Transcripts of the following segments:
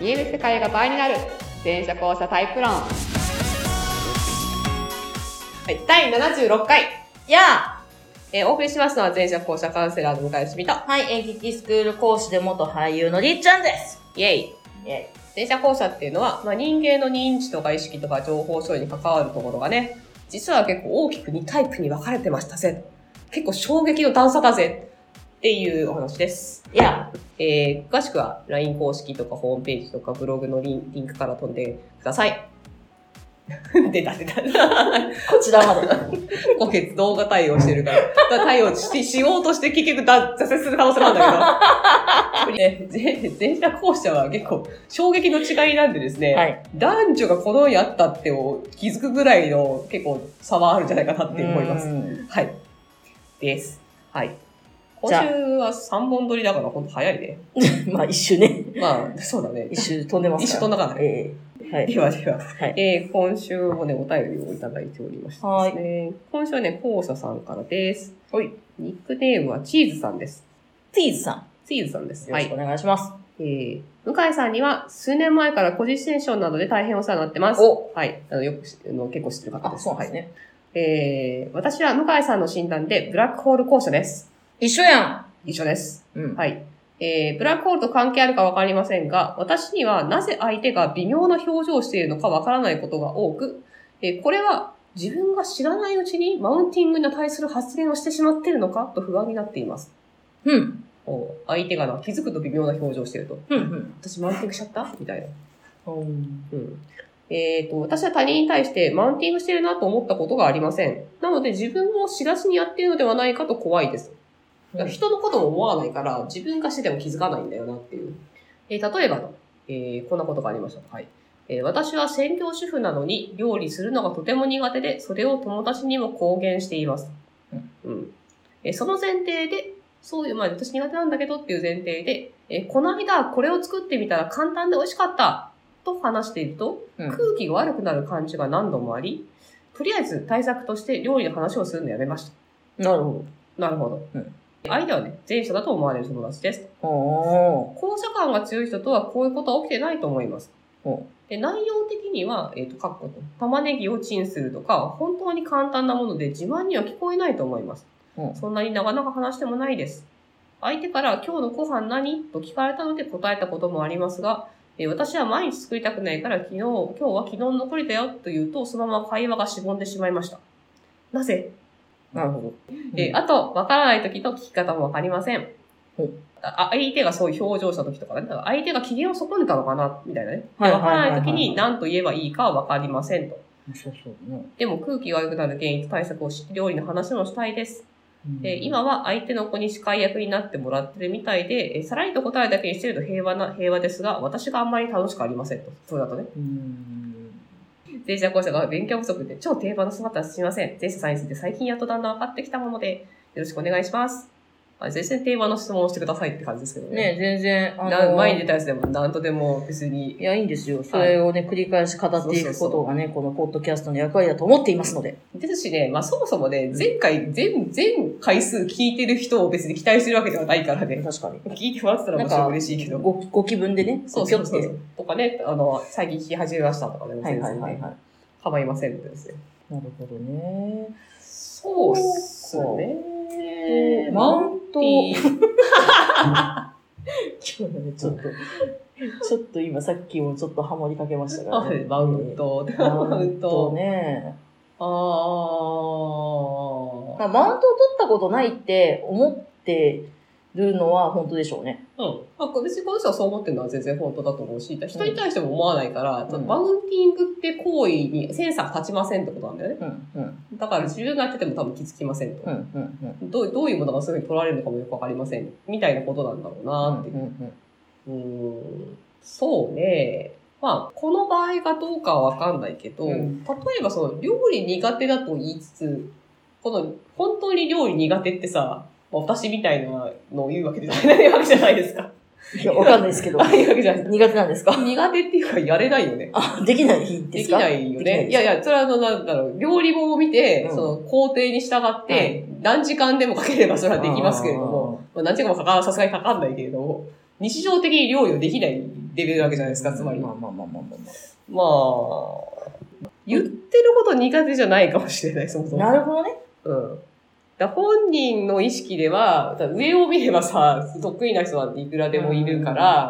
見える世界が倍になる全社交差タイプ論。はい、第76回お送りしますのは全社交差カウンセラーの向井しみと、 はい、演劇スクール講師で元俳優のりっちゃんです。 イェイ。全社交差っていうのは、人間の認知とか意識とか情報処理に関わるところがね、実は結構大きく2タイプに分かれてましたぜ。結構衝撃の段差だぜっていうお話です。詳しくは LINE 公式とかホームページとかブログのリンクから飛んでください。出た。こちらまで。 今月動画対応してるから。対応しようとして結局挫折する可能性なんだけど。前者後者は結構衝撃の違いなんでですね、はい、男女がこのようにあったってを気づくぐらいの結構差はあるんじゃないかなって思います。はい。です。はい。今週は3本撮りだからほんと早いね。 まあ一周ね。 まあそうだね。 一周飛んでますから。 一周飛んだからね。はい、では、 はい、 今週もね、お便りをいただいておりましてですね。今週はね、コウサさんからです。 はい。 ニックネームはチーズさんです。 チーズさんです。 よろしくお願いします。 向井さんには数年前から個人センションなどで大変お世話になってます。はい。よく結構知ってる方です。 そうですね。 私は向井さんの診断でブラックホール後者です。 一緒やん。 一緒です。 うん。 はい。ブラックホールと関係あるかわかりませんが、私にはなぜ相手が微妙な表情をしているのかわからないことが多く、これは自分が知らないうちにマウンティングに対する発言をしてしまっているのかと不安になっています。 うん。 相手が気づくと微妙な表情をしていると。私マウンティングしちゃったみたいな。私は他人に対してマウンティングしているなと思ったことがありません。なので自分も知らずにやっているのではないかと怖いです。人のことも思わないから、自分がしてても気づかないんだよなっていう。例えばこんなことがありました。はい。私は専業主婦なのに料理するのがとても苦手で、それを友達にも公言しています。その前提で、そういう、私苦手なんだけどっていう前提で、この間これを作ってみたら簡単で美味しかったと話していると、空気が悪くなる感じが何度もあり、とりあえず対策として料理の話をするのやめました。 なるほど。相手はね、前者だと思われる友達です。後者感が強い人とはこういうことは起きてないと思います。で、内容的には、玉ねぎをチンするとか、本当に簡単なもので自慢には聞こえないと思います。そんなになかなか話してもないです。相手から今日のご飯何と聞かれたので答えたこともありますが、私は毎日作りたくないから今日は昨日の残りだよと言うと、そのまま会話がしぼんでしまいました。なぜ？ なるほど。 あと、わからない時の聞き方もわかりません。相手がそういう表情した時とかね、だから相手が機嫌を損ねたのかな、みたいなね。わからない時に何と言えばいいかはわかりませんと。でも空気が悪くなる原因と対策を知って料理の話もしたいです。今は相手の子に司会役になってもらってるみたいで、さらりと答えだけにしてると平和ですが、私があんまり楽しくありませんと。そうだとね。前者後者が勉強不足で超定番の姿はすみません。前者さんについて最近やっとだんだん分かってきたもので、よろしくお願いします。全然定番の質問をしてくださいって感じですけどね。 ね、全然、 前に出たやつでも何とでも別に。 いや、いいんですよ。それをね、繰り返し語っていくことがね、このポッドキャストの役割だと思っていますので。 ですしね、そもそもね、全回数聞いてる人を別に期待してるわけではないからね。 確かに。 聞いてもらってたらもちろん嬉しいけど。 ご気分でね。 そう。とかね、最近聞き始めましたとかね、全然ね。構いませんのですね。 なるほどね。 そうっすね。 マウント。今日はね、ちょっと今さっきもちょっとハモりかけましたからね。 マウントね。 マウントを取ったことないって思ってるのは本当でしょうね。 別にこの人はそう思ってるのは全然本当だと思うし、人に対しても思わないから、マウンティングって行為にセンサーが立ちませんってことなんだよね。だから自分がやってても多分気づきませんと。どういうものがそういうふうに取られるのかもよくわかりません。みたいなことなんだろうなっていう。そうね。この場合がどうかはわかんないけど、例えば料理苦手だと言いつつ、本当に料理苦手ってさ、私みたいなのを言うわけじゃないわけじゃないですか。 いや、わかんないですけど。 いいわけじゃないです。 苦手なんですか？ 苦手っていうか、やれないよね。 できないですか？ できないよね。いや、それは料理本を見て、工程に従って、何時間でもかければそれはできますけれども、何時間もさすがにかかんないけれども、 日常的に料理をできないレベルなわけじゃないですか、つまり。 まあまあまあまあまあ。 まあ、言ってること苦手じゃないかもしれない、そもそも。 なるほどね。 うん。だ本人の意識では、上を見ればさ、得意な人はいくらでもいるから、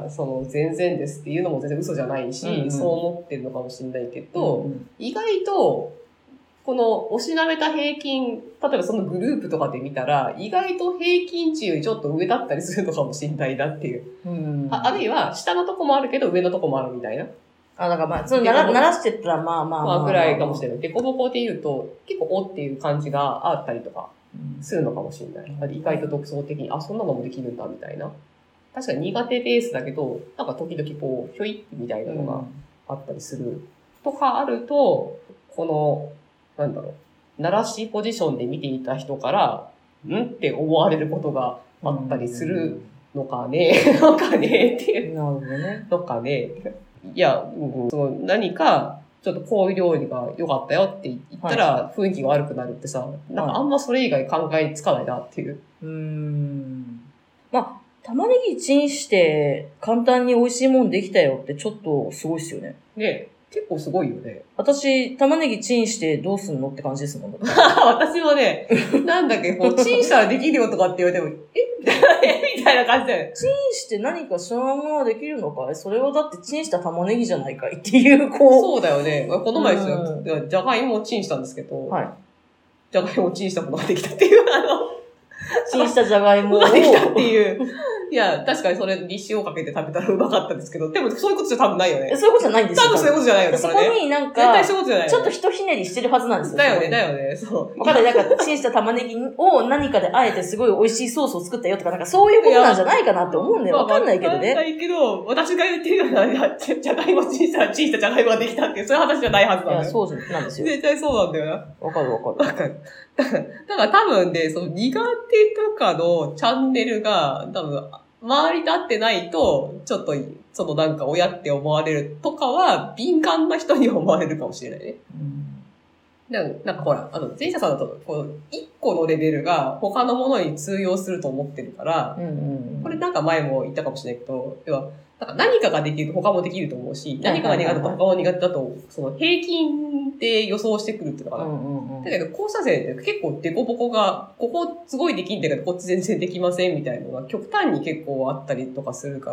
全然ですっていうのも全然嘘じゃないし、そう思ってるのかもしれないけど、意外と、この、おしなめた平均、例えばそのグループとかで見たら、意外と平均値よりちょっと上だったりするのかもしれないなっていう。あるいは、下のとこもあるけど、上のとこもあるみたいな。 だからまあ、鳴らしてったらまあまあまあ、ぐらいかもしれない。デコボコって言うと、結構おっていう感じがあったりとか。するのかもしれない。意外と独創的に、そんなのもできるんだ、みたいな。確かに苦手ベースだけど、なんか時々こう、ひょいみたいなのがあったりする。とかあると、この、鳴らしポジションで見ていた人から、って思われることがあったりするのかね、のかね、っていう。 なるほどね。 のかね。いや、何か、ちょっとこういう料理が良かったよって言ったら雰囲気が悪くなるってさ、なんかあんまそれ以外考えつかないなっていう。 まあ、玉ねぎチンして簡単に美味しいもんできたよってちょっとすごいっすよね。 ね結構すごいよね。 私、玉ねぎチンしてどうすんのって感じですもん。 私もね、なんだっけ、こう、チンしたらできるよとかって言われても、みたいな感じだよね。 チンして何か知らないものができるのかい？それはだってチンした玉ねぎじゃないかいっていう、こう。 そうだよね。この前ですよ。じゃがいもをチンしたんですけど、 はい。 じゃがいもをチンしたものができたっていう、 チンしたじゃがいもを。 できたっていう。いや、確かにそれに塩かけて食べたらうまかったですけど、でもそういうことじゃ多分ないよね。 そういうことじゃないんですよ。 多分そういうことじゃないよね。 そこになんか、 絶対そういうことじゃない。 ちょっとひとひねりしてるはずなんですよ。 だよね、だよね。そう。 わかんない。なんか、チンした玉ねぎを何かであえてすごい美味しいソースを作ったよとか、なんかそういうことなんじゃないかなって思うんだよ。わかんないけどね。 わかんないけど、私が言ってるような、じゃがいもチンしたらチンしたじゃがいもができたっていう、そういう話じゃないはずなんだよ。 いや、そうなんですよ。 絶対そうなんだよな。 わかる。 だから多分ね、その苦手とかのチャンネルが、多分、周りと合ってないと、ちょっとなんか親って思われるとかは、敏感な人に思われるかもしれないね。なんかほら、前者さんだと、一個のレベルが他のものに通用すると思ってるから、これなんか前も言ったかもしれないけど、要は、なんか何かができると他もできると思うし、何かが苦手だと他も苦手だと、その平均で予想してくるっていうのかな。だけど、交差点って結構デコボコが、ここすごいできんだけど、こっち全然できませんみたいなのが極端に結構あったりとかするから、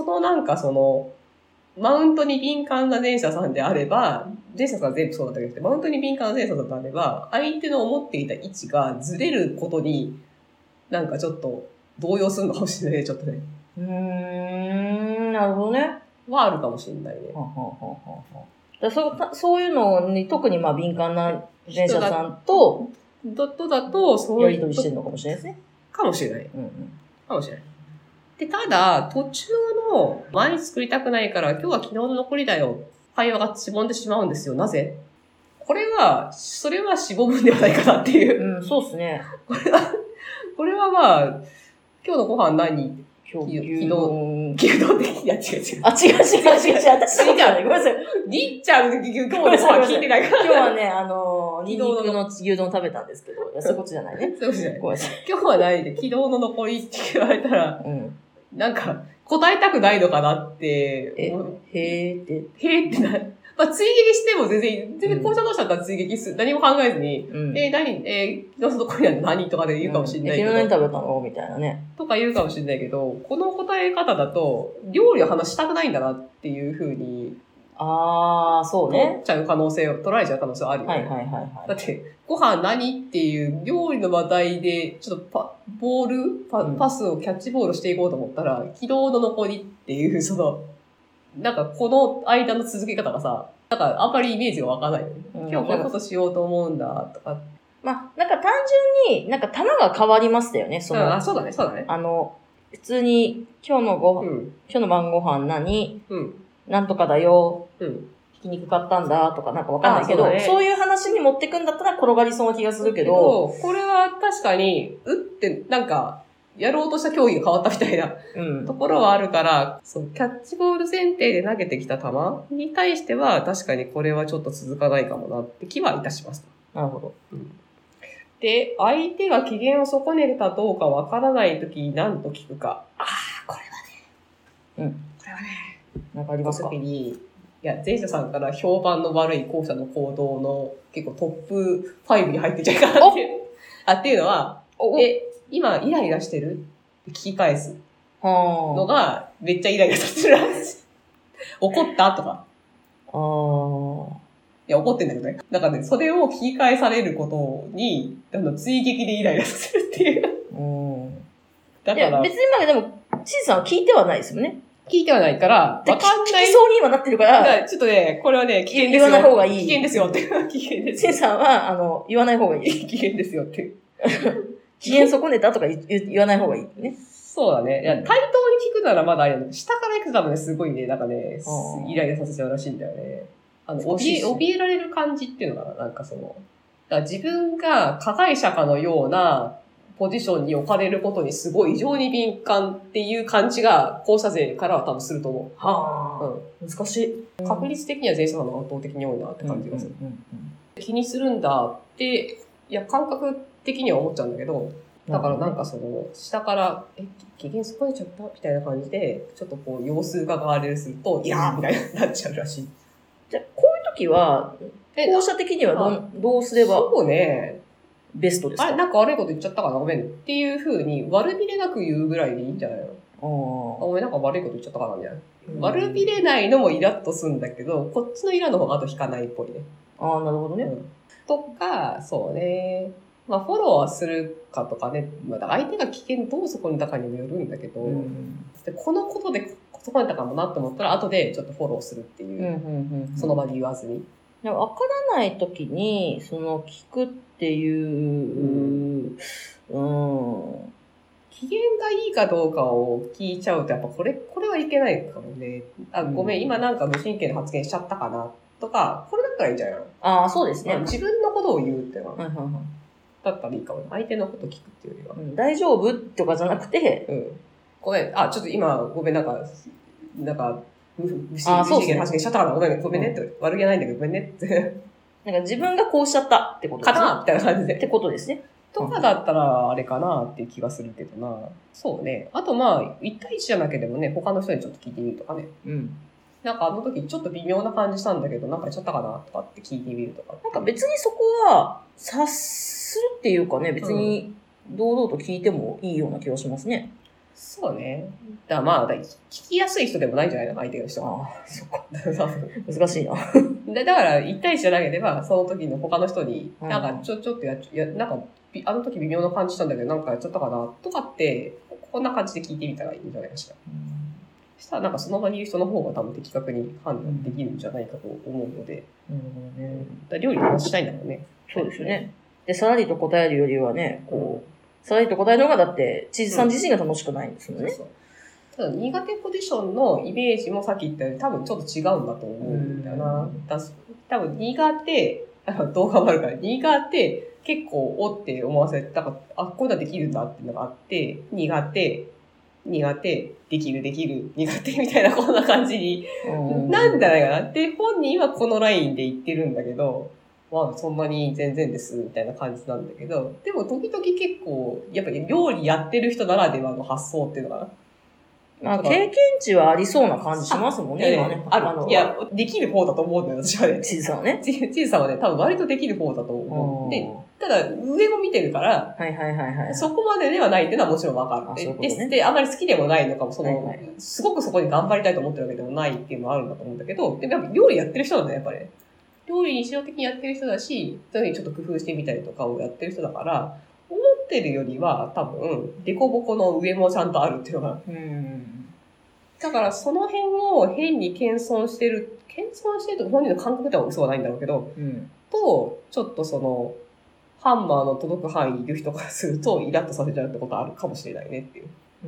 マウントに敏感な前者さんであれば、前者さんは全部そうだったけど、マウントに敏感な前者さんであれば、相手の思っていた位置がずれることに、なんかちょっと動揺するのかもしれないね、ちょっとね。 なるほどね。 はあるかもしれないね。 そういうのに特に敏感な前者さんと、そういうやりとりしてるのかもしれないですね。 かもしれない。かもしれない。で、ただ、途中の前に作りたくないから、今日は昨日の残りだよ。会話がしぼんでしまうんですよ。なぜ？それはしぼむんではないかなっていう。 そうですね。 これはまあ、今日のご飯何？ 牛丼で、いや、違う。 違う。私じゃない。ごめんなさい。 りっちゃん、今日のご飯聞いてないから。 今日はね、ニンニクの牛丼食べたんですけど、そういうことじゃないね。 そういうことじゃない。 ごめんなさい。 今日は何で、昨日の残りって言われたら、なんか、答えたくないのかなって。 へーってな。追撃しても全然紅茶同士だったら追撃する。何も考えずに、昨日の残りは何とかで言うかもしれないけど。 昨日何食べたのみたいなね。 とか言うかもしれないけど、この答え方だと、料理を話したくないんだなっていうふうに、 そうね。 取られちゃう可能性はあるよね。だって、ご飯何っていう料理の話題で、ちょっとパスをキャッチボールしていこうと思ったら、昨日の残りっていう、なんかこの間の続け方がさ、なんかあんまりイメージがわかんないよね。今日こういうことしようと思うんだ、とか。 なんか単純に、なんか玉が変わりましたよね、 そうだね。 普通に、今日の晩ご飯何？なんとかだよ。ひき肉買ったんだとかなんかわかんないけど、そういう話に持ってくんだったら転がりそうな気がするけど。 これは確かに、ってなんか、やろうとした競技が変わったみたいなところはあるから、キャッチボール前提で投げてきた球に対しては確かにこれはちょっと続かないかもなって気はいたします。 なるほど。 で、相手が機嫌を損ねたどうかわからないときに何と聞くか。これはね。 うん。 これはね、 なんかありますか？ 時に、いや、前者さんから評判の悪い後者の行動の結構トップ5に入ってんじゃないかなっていう。っていうのは、今イライラしてるって聞き返すのがめっちゃイライラさせるらしい。怒ったとか。いや、怒ってんだけどね。だからね、それを聞き返されることに、追撃でイライラさせるっていう。 だから。いや、別にまあでも、チーズさんは聞いてはないですよね。 聞いてはないから、わかんない。 聞きそうに今なってるから。 ちょっとね、これはね、危険ですよ。 言わない方がいい。 危険ですよって。危険です。 チーズさんは、言わない方がいい。 危険ですよって。 機嫌損ねたとか言わない方がいいね。 そうだね。いや、対等に聞くならまだあれだけど、下から行くと多分ね、すごいね、なんかね、イライラさせちゃうらしいんだよね。怯えられる感じっていうのかな、なんかその、だから自分が加害者かのようなポジションに置かれることにすごい異常に敏感っていう感じが、後者勢からは多分すると思う。難しい。 確率的には前者の方が圧倒的に多いなって感じがする。気にするんだって、いや、感覚的には思っちゃうんだけど、だからなんかその、下から、機嫌損ねちゃったみたいな感じで、ちょっとこう、様子がわれるすると、いやーみたいになっちゃうらしい。 じゃあ、こういう時は、後者的にはどうすればそうね。 ベストですか？ なんか悪いこと言っちゃったかなごめん。っていう風に、悪びれなく言うぐらいでいいんじゃないの？ごめん、なんか悪いこと言っちゃったかなみたいな。悪びれないのもイラッとするんだけど、こっちのイラの方があと引かないっぽいね。 なるほどね。 とか、そうね。まあ、フォローはするかとかね。まあ、相手が危険どうそこにいたかにもよるんだけど、でこのことで損ねたかもなと思ったら、後でちょっとフォローするっていう。その場で言わずに。 わからないときに、聞くっていう、 機嫌がいいかどうかを聞いちゃうと、やっぱこれはいけないかもね。ごめん、今なんか無神経な発言しちゃったかなとか、これだったらいいんじゃないの？そうですね。 自分のことを言うっていうのは。だったらいいかも。相手のこと聞くっていうよりは。 大丈夫とかじゃなくて、 ごめん、ちょっと今、ごめん、なんか、無神経な発言しちゃったかなごめんねって、悪気はないんだけど、ごめんねって。 なんか自分がこうしちゃったってことですね。 かなみたいな感じで。 ってことですね。 とかだったら、あれかなっていう気がするけどな。そうね。あとまあ、1対1じゃなければね、他の人にちょっと聞いてみるとかね。なんかあの時ちょっと微妙な感じしたんだけど、なんかやっちゃったかなとかって聞いてみるとか。 なんか別にそこは、察するっていうかね、別に堂々と聞いてもいいような気がしますね。 そうね。だからまあ、聞きやすい人でもないんじゃないの相手の人は。 そっか。難しいな。 だから1対1じゃなければ、その時の他の人に、なんかちょっとなんか、あの時微妙な感じしたんだけど、なんかやっちゃったかなとかって、こんな感じで聞いてみたらいいんじゃないかしら。そしたらなんかその場にいる人の方が多分的確に判断できるんじゃないかと思うので。料理の話したいんだろうね。 そうですよね。で、さらりと答えるよりはね、さらりと答えるのがだって、チーズさん自身が楽しくないんですよね。 ただ苦手ポジションのイメージもさっき言ったように多分ちょっと違うんだと思うんだよな。多分苦手、動画もあるから、苦手、結構おって思わせたから、こういうのはできるんだっていうのがあって、苦手、できる、苦手みたいなこんな感じに、なんじゃないかなって、本人はこのラインで言ってるんだけど、まあそんなに全然です、みたいな感じなんだけど、でも時々結構、やっぱり料理やってる人ならではの発想っていうのかな。 まあ、経験値はありそうな感じしますもんね、今ね。 いや、できる方だと思うんだよ、私はね。 チーズさんはね。 チーズさんはね、多分割とできる方だと思う。で、ただ、上も見てるから、そこまでではないっていうのはもちろんわかる。で、あまり好きでもないのかも、すごくそこに頑張りたいと思ってるわけでもないっていうのはあるんだと思うんだけど、でもやっぱ料理やってる人なんだね、やっぱり。料理日常的にやってる人だし、そういうふうにちょっと工夫してみたりとかをやってる人だから、思ってるよりは多分、デコボコの上もちゃんとあるっていうのが。だからその辺を変に謙遜してると本人の感覚では嘘はないんだろうけど、と、ちょっとハンマーの届く範囲にいる人からするとイラッとさせちゃうってことあるかもしれないねっていう。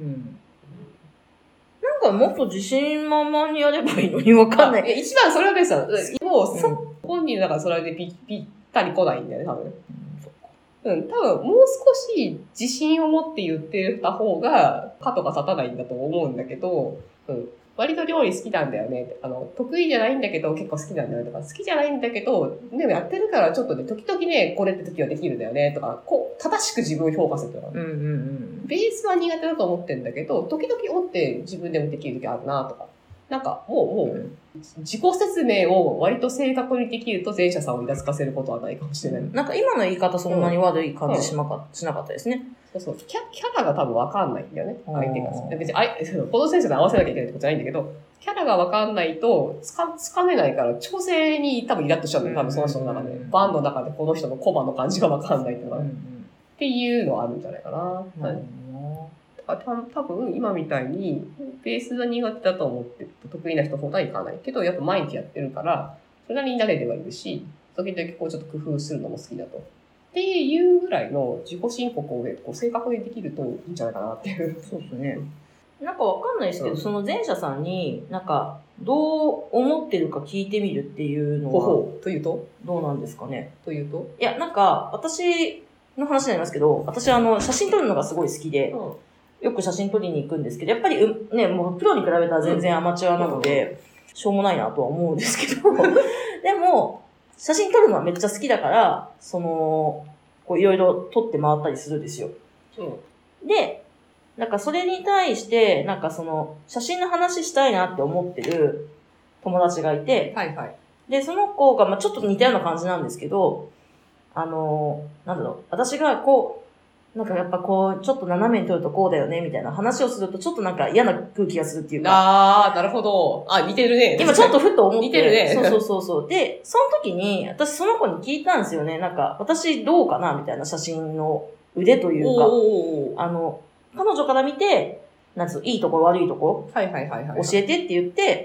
なんかもっと自信満々にやればいいのにわかんない。 一番それはベスト。もう、本人だからそれでぴったり来ないんだよね、多分。多分もう少し自信を持って言ってた方が、肩が立たないんだと思うんだけど、 割と料理好きなんだよね。得意じゃないんだけど結構好きなんだよとか、好きじゃないんだけど、でもやってるからちょっとね、時々ね、これって時はできるんだよねとか、正しく自分を評価するとか、ベースは苦手だと思ってるんだけど、時々って自分でもできる時あるなとか。なんか、もう、自己説明を割と正確にできると前者さんをイラつかせることはないかもしれない。 なんか今の言い方そんなに悪い感じしなかったですね。 そう。キャラが多分わかんないんだよね。相手が。別に、この先生と合わせなきゃいけないってことじゃないんだけど、キャラがわかんないと、つかめないから、調整に多分イラッとしちゃうんだよ。多分その人の中で。バンの中でこの人のコマの感じがわかんないっていうのが、っていうのはあるんじゃないかな。多分今みたいにベースが苦手だと思って得意な人ほどはいかないけど、やっぱ毎日やってるからそれなりに慣れてはいるし、時々こうちょっと工夫するのも好きだとっていうぐらいの自己申告を正確にできるといいんじゃないかなっていう。 そうですね。なんかわかんないですけど、その前者さんになんかどう思ってるか聞いてみるっていうのはというとどうなんですかね。 というと、 いや、なんか私の話になりますけど、私写真撮るのがすごい好きで、よく写真撮りに行くんですけど、やっぱりね、もうプロに比べたら全然アマチュアなので、しょうもないなとは思うんですけど、でも、写真撮るのはめっちゃ好きだから、こういろいろ撮って回ったりするんですよ。で、なんかそれに対して、なんか写真の話したいなって思ってる友達がいて、で、その子が、ちょっと似たような感じなんですけど、私がなんかやっぱちょっと斜めに撮るとこうだよね、みたいな話をすると、ちょっとなんか嫌な空気がするっていうか。なるほど。似てるね。 今ちょっとふっと思って。 似てるね。 そう。で、その時に、私その子に聞いたんですよね。なんか、私どうかなみたいな写真の腕というか。彼女から見て、いいところ悪いところ。教えてって言って、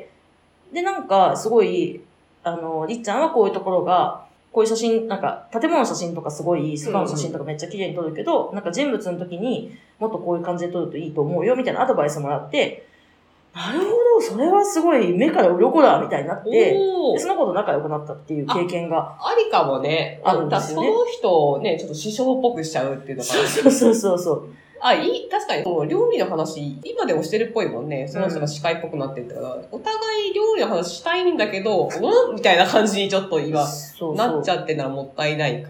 で、なんか、すごい、りっちゃんはこういうところが、こういう写真、なんか、建物の写真とかすごい、空の写真とかめっちゃ綺麗に撮るけど、なんか人物の時にもっとこういう感じで撮るといいと思うよ、みたいなアドバイスもらって、なるほど、それはすごい目から鱗だ、みたいになって、でその子と仲良くなったっていう経験が。 ありかもね。あるんですよね。その人をね、ちょっと師匠っぽくしちゃうっていうのが。 そう。 確かに、料理の話、今でもしてるっぽいもんね。その人が司会っぽくなってるから、お互い料理の話したいんだけど、みたいな感じにちょっと今、なっちゃってならもったいないから。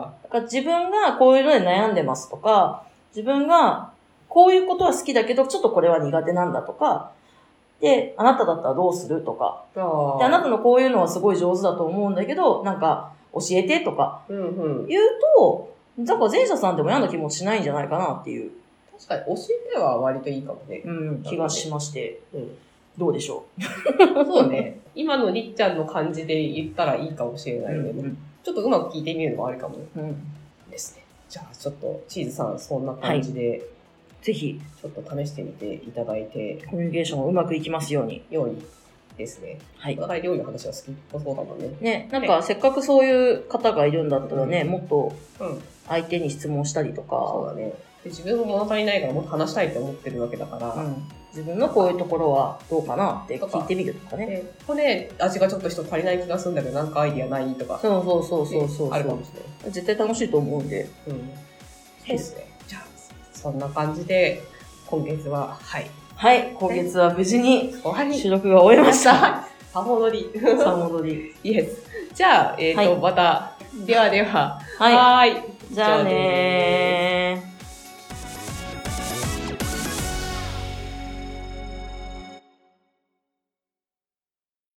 だから自分がこういうので悩んでますとか、自分がこういうことは好きだけど、ちょっとこれは苦手なんだとか、で、あなただったらどうするとか、で、あなたのこういうのはすごい上手だと思うんだけど、なんか教えてとか、言うと、なんか前者さんでも嫌な気持ちしないんじゃないかなっていう。 確かに、教えては割といいかもね。 気がしまして。どうでしょうそうね。今のりっちゃんの感じで言ったらいいかもしれないね。ちょっとうまく聞いてみるのもあるかも。ですね。じゃあ、ちょっと、チーズさん、そんな感じで、 ぜひ、 ちょっと試してみていただいて。 コミュニケーションがうまくいきますように。 ですね。お互い料理の話は好きそうだもんね。 ね、なんかせっかくそういう方がいるんだったらね、もっと相手に質問したりとか。 そうだね。で自分も物足りないからもっと話したいと思ってるわけだから、 自分のこういうところはどうかなって聞いてみるとかね。 これ味がちょっと足りない気がするんだけど、なんかアイディアないとか。 そう。 あるかもしれない。 絶対楽しいと思うんで。 ですね。じゃあ、そんな感じで、今月は、 今月は無事に収録が終えました。 サモドリ。イエス。じゃあ、また、では。 じゃあねー。